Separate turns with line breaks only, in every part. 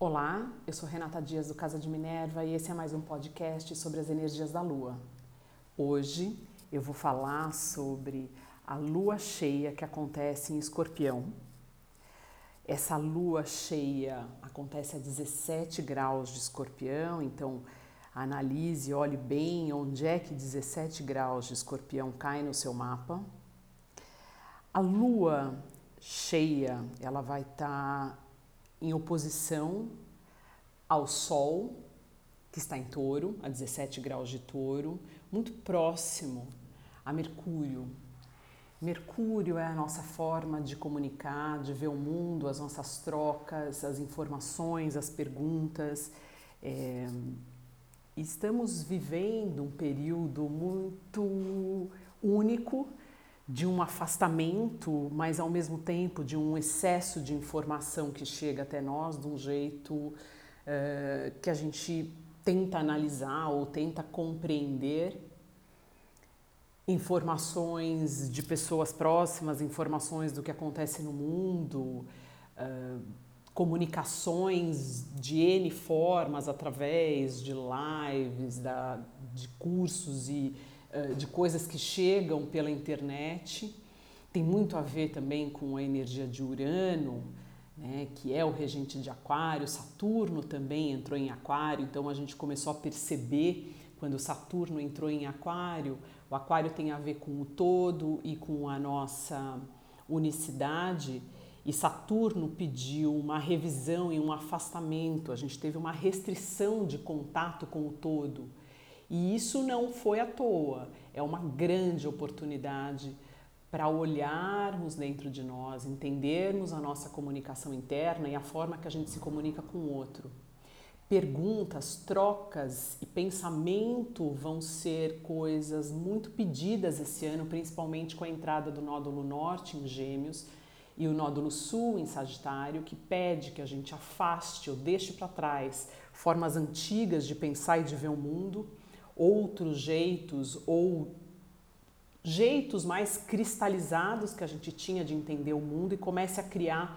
Olá, eu sou Renata Dias do Casa de Minerva e esse é mais um podcast sobre as energias da Lua. Hoje eu vou falar sobre a Lua cheia que acontece em Escorpião. Essa Lua cheia acontece a 17 graus de Escorpião, então analise, olhe bem onde é que 17 graus de Escorpião cai no seu mapa. A Lua cheia, ela vai estar em oposição ao Sol, que está em Touro, a 17 graus de Touro, muito próximo a Mercúrio. Mercúrio é a nossa forma de comunicar, de ver o mundo, as nossas trocas, as informações, as perguntas. Estamos vivendo um período muito único de um afastamento, mas ao mesmo tempo de um excesso de informação que chega até nós de um jeito que a gente tenta analisar ou tenta compreender informações de pessoas próximas, informações do que acontece no mundo, comunicações de N formas através de lives, de cursos e de coisas que chegam pela internet. Tem muito a ver também com a energia de Urano, né, que é o regente de Aquário. Saturno também entrou em Aquário, então a gente começou a perceber quando Saturno entrou em Aquário. O Aquário tem a ver com o todo e com a nossa unicidade, e Saturno pediu uma revisão e um afastamento. A gente teve uma restrição de contato com o todo. E isso não foi à toa, é uma grande oportunidade para olharmos dentro de nós, entendermos a nossa comunicação interna e a forma que a gente se comunica com o outro. Perguntas, trocas e pensamento vão ser coisas muito pedidas esse ano, principalmente com a entrada do nódulo norte em Gêmeos e o nódulo sul em Sagitário, que pede que a gente afaste ou deixe para trás formas antigas de pensar e de ver o mundo, outros jeitos ou jeitos mais cristalizados que a gente tinha de entender o mundo e comece a criar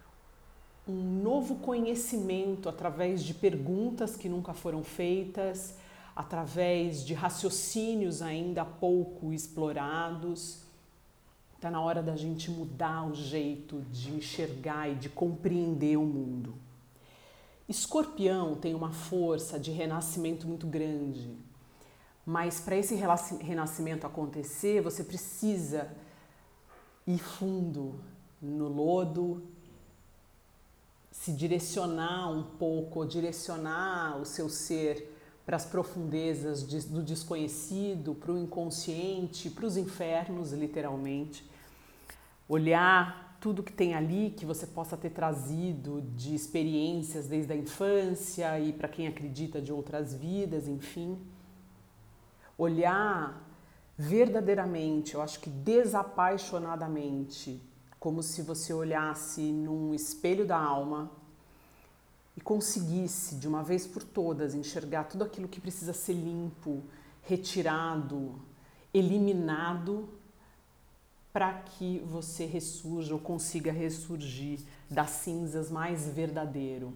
um novo conhecimento através de perguntas que nunca foram feitas, através de raciocínios ainda pouco explorados. Está na hora da gente mudar o jeito de enxergar e de compreender o mundo. Escorpião tem uma força de renascimento muito grande. Mas para esse renascimento acontecer, você precisa ir fundo no lodo, se direcionar um pouco, direcionar o seu ser para as profundezas do desconhecido, para o inconsciente, para os infernos, literalmente. Olhar tudo que tem ali que você possa ter trazido de experiências desde a infância e para quem acredita de outras vidas, enfim. Olhar verdadeiramente, eu acho que desapaixonadamente, como se você olhasse num espelho da alma e conseguisse, de uma vez por todas, enxergar tudo aquilo que precisa ser limpo, retirado, eliminado, para que você ressurja ou consiga ressurgir das cinzas mais verdadeiro.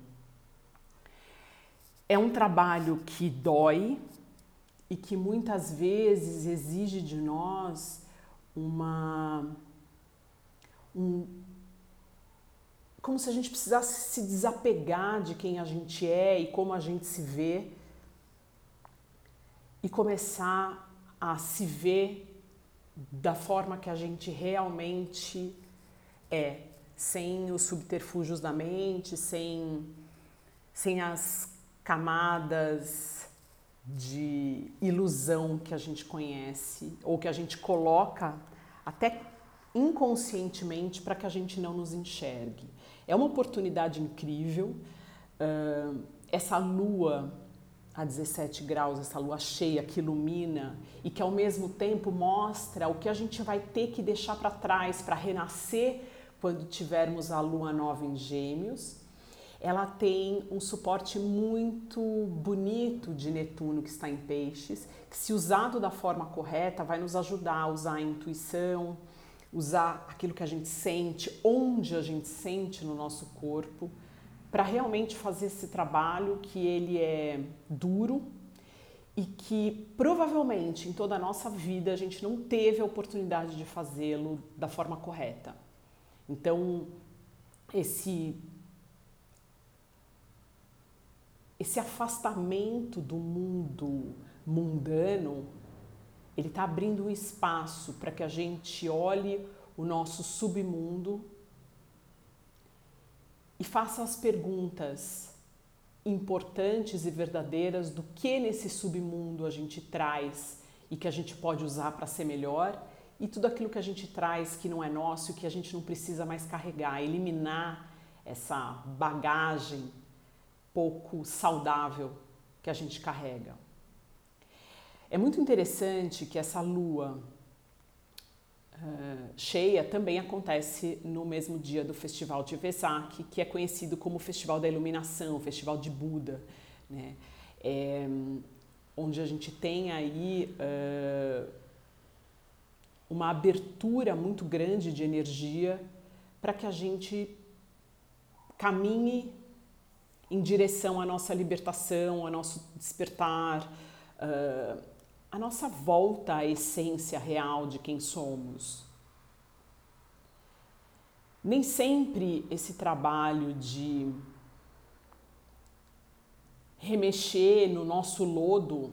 É um trabalho que dói, e que muitas vezes exige de nós como se a gente precisasse se desapegar de quem a gente é e como a gente se vê e começar a se ver da forma que a gente realmente é, sem os subterfúgios da mente, sem as camadas de ilusão que a gente conhece ou que a gente coloca até inconscientemente para que a gente não nos enxergue. É uma oportunidade incrível. Essa lua a 17 graus, essa lua cheia que ilumina e que ao mesmo tempo mostra o que a gente vai ter que deixar para trás para renascer quando tivermos a lua nova em Gêmeos. Ela tem um suporte muito bonito de Netuno, que está em Peixes, que, se usado da forma correta, vai nos ajudar a usar a intuição, usar aquilo que a gente sente, onde a gente sente no nosso corpo, para realmente fazer esse trabalho que ele é duro e que provavelmente em toda a nossa vida a gente não teve a oportunidade de fazê-lo da forma correta. Então, esse afastamento do mundo mundano, ele está abrindo um espaço para que a gente olhe o nosso submundo e faça as perguntas importantes e verdadeiras do que nesse submundo a gente traz e que a gente pode usar para ser melhor, e tudo aquilo que a gente traz que não é nosso e que a gente não precisa mais carregar, eliminar essa bagagem pouco saudável que a gente carrega. É muito interessante que essa lua cheia também acontece no mesmo dia do Festival de Vesak, que é conhecido como o Festival da Iluminação, o Festival de Buda, né? Onde a gente tem aí uma abertura muito grande de energia para que a gente caminhe em direção à nossa libertação, ao nosso despertar, a nossa volta à essência real de quem somos. Nem sempre esse trabalho de remexer no nosso lodo,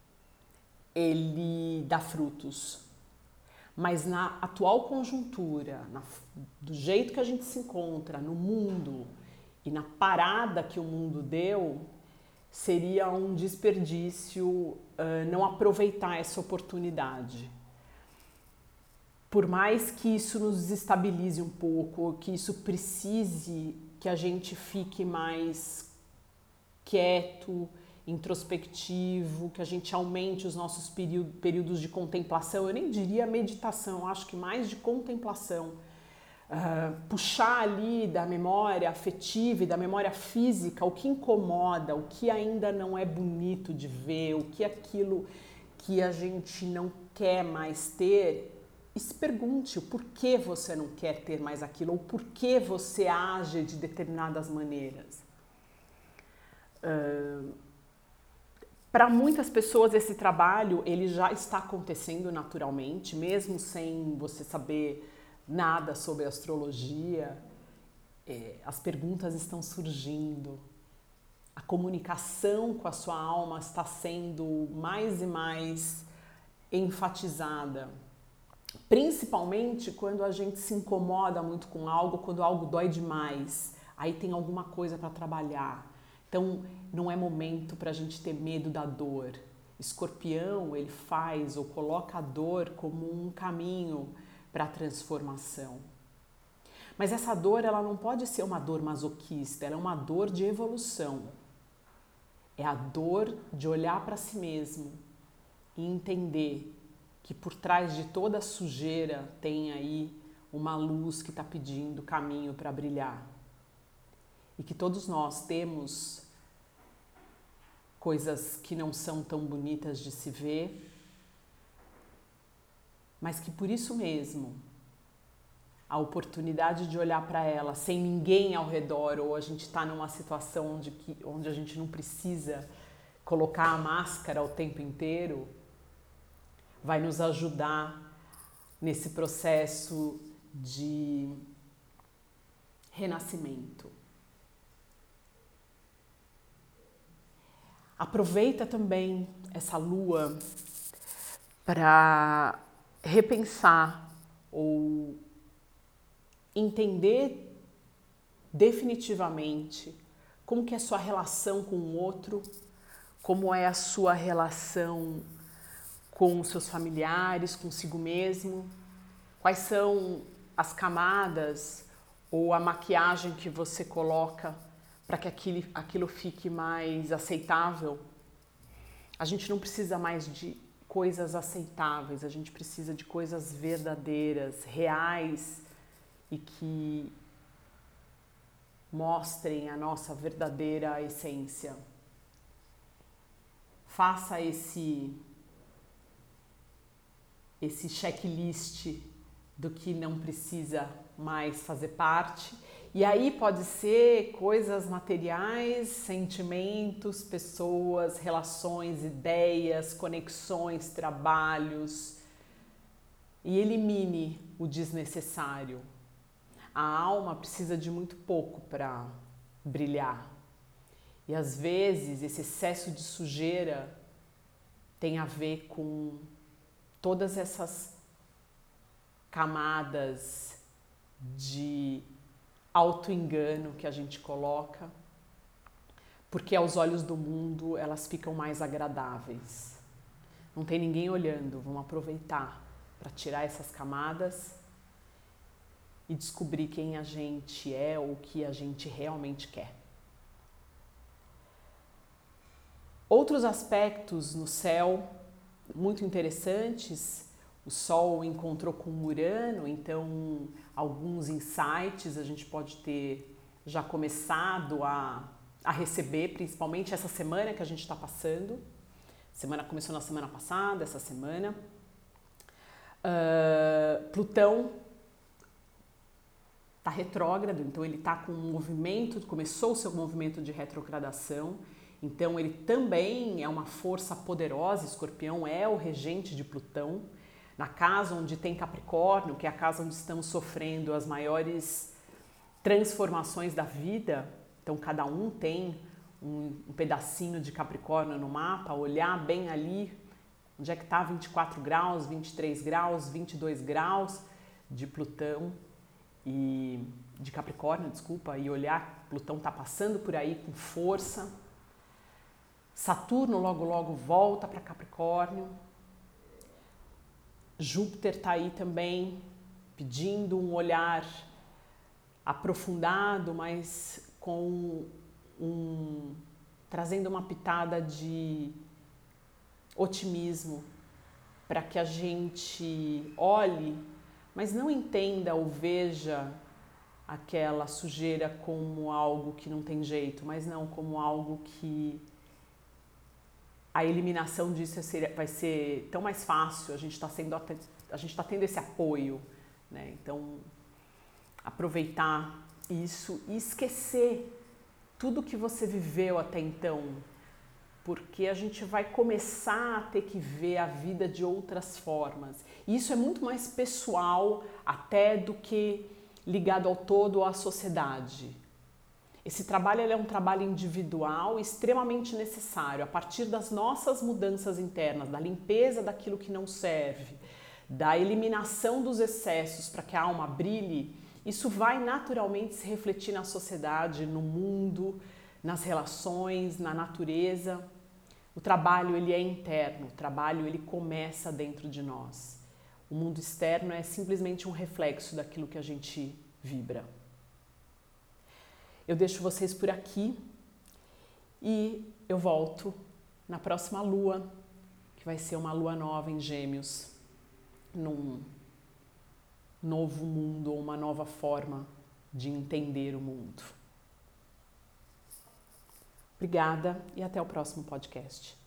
ele dá frutos. Mas na atual conjuntura, do jeito que a gente se encontra no mundo e na parada que o mundo deu, seria um desperdício não aproveitar essa oportunidade. Por mais que isso nos desestabilize um pouco, que isso precise que a gente fique mais quieto, introspectivo, que a gente aumente os nossos períodos de contemplação, eu nem diria meditação, acho que mais de contemplação. Puxar ali da memória afetiva e da memória física o que incomoda, o que ainda não é bonito de ver, o que é aquilo que a gente não quer mais ter, e se pergunte o porquê você não quer ter mais aquilo, ou por que você age de determinadas maneiras. Para muitas pessoas esse trabalho ele já está acontecendo naturalmente, mesmo sem você saber nada sobre astrologia, as perguntas estão surgindo, a comunicação com a sua alma está sendo mais e mais enfatizada, principalmente quando a gente se incomoda muito com algo, quando algo dói demais, aí tem alguma coisa para trabalhar. Então, não é momento para a gente ter medo da dor. Escorpião, ele faz ou coloca a dor como um caminho para a transformação. Mas essa dor, ela não pode ser uma dor masoquista, ela é uma dor de evolução. É a dor de olhar para si mesmo e entender que por trás de toda a sujeira tem aí uma luz que está pedindo caminho para brilhar. E que todos nós temos coisas que não são tão bonitas de se ver, mas que por isso mesmo, a oportunidade de olhar para ela sem ninguém ao redor, ou a gente está numa situação onde a gente não precisa colocar a máscara o tempo inteiro, vai nos ajudar nesse processo de renascimento. Aproveita também essa lua para repensar ou entender definitivamente como que é a sua relação com o outro, como é a sua relação com os seus familiares, consigo mesmo, quais são as camadas ou a maquiagem que você coloca para que aquilo fique mais aceitável. A gente não precisa mais de coisas aceitáveis, a gente precisa de coisas verdadeiras, reais e que mostrem a nossa verdadeira essência. Faça esse checklist do que não precisa mais fazer parte E aí pode ser coisas materiais, sentimentos, pessoas, relações, ideias, conexões, trabalhos. E elimine o desnecessário. A alma precisa de muito pouco para brilhar. E às vezes esse excesso de sujeira tem a ver com todas essas camadas de auto-engano que a gente coloca, porque aos olhos do mundo elas ficam mais agradáveis. Não tem ninguém olhando, vamos aproveitar para tirar essas camadas e descobrir quem a gente é ou o que a gente realmente quer. Outros aspectos no céu muito interessantes, o Sol encontrou com Urano, então alguns insights a gente pode ter já começado a receber, principalmente essa semana que a gente está passando. A semana começou na semana passada, essa semana. Plutão está retrógrado, então ele está com um movimento, começou o seu movimento de retrogradação. Então ele também é uma força poderosa, Escorpião é o regente de Plutão, na casa onde tem Capricórnio, que é a casa onde estamos sofrendo as maiores transformações da vida. Então cada um tem um pedacinho de Capricórnio no mapa, olhar bem ali, onde é que está 24 graus, 23 graus, 22 graus de Plutão e de Capricórnio, desculpa, e olhar, Plutão está passando por aí com força. Saturno logo logo volta para Capricórnio. Júpiter está aí também pedindo um olhar aprofundado, mas trazendo uma pitada de otimismo para que a gente olhe, mas não entenda ou veja aquela sujeira como algo que não tem jeito, mas não como algo que a eliminação disso vai ser tão mais fácil, a gente está tendo esse apoio, né? Então, aproveitar isso e esquecer tudo que você viveu até então, porque a gente vai começar a ter que ver a vida de outras formas. E isso é muito mais pessoal até do que ligado ao todo ou à sociedade. Esse trabalho é um trabalho individual extremamente necessário, a partir das nossas mudanças internas, da limpeza daquilo que não serve, da eliminação dos excessos para que a alma brilhe. Isso vai naturalmente se refletir na sociedade, no mundo, nas relações, na natureza. O trabalho ele é interno, o trabalho ele começa dentro de nós. O mundo externo é simplesmente um reflexo daquilo que a gente vibra. Eu deixo vocês por aqui e eu volto na próxima lua, que vai ser uma lua nova em Gêmeos, num novo mundo ou uma nova forma de entender o mundo. Obrigada e até o próximo podcast.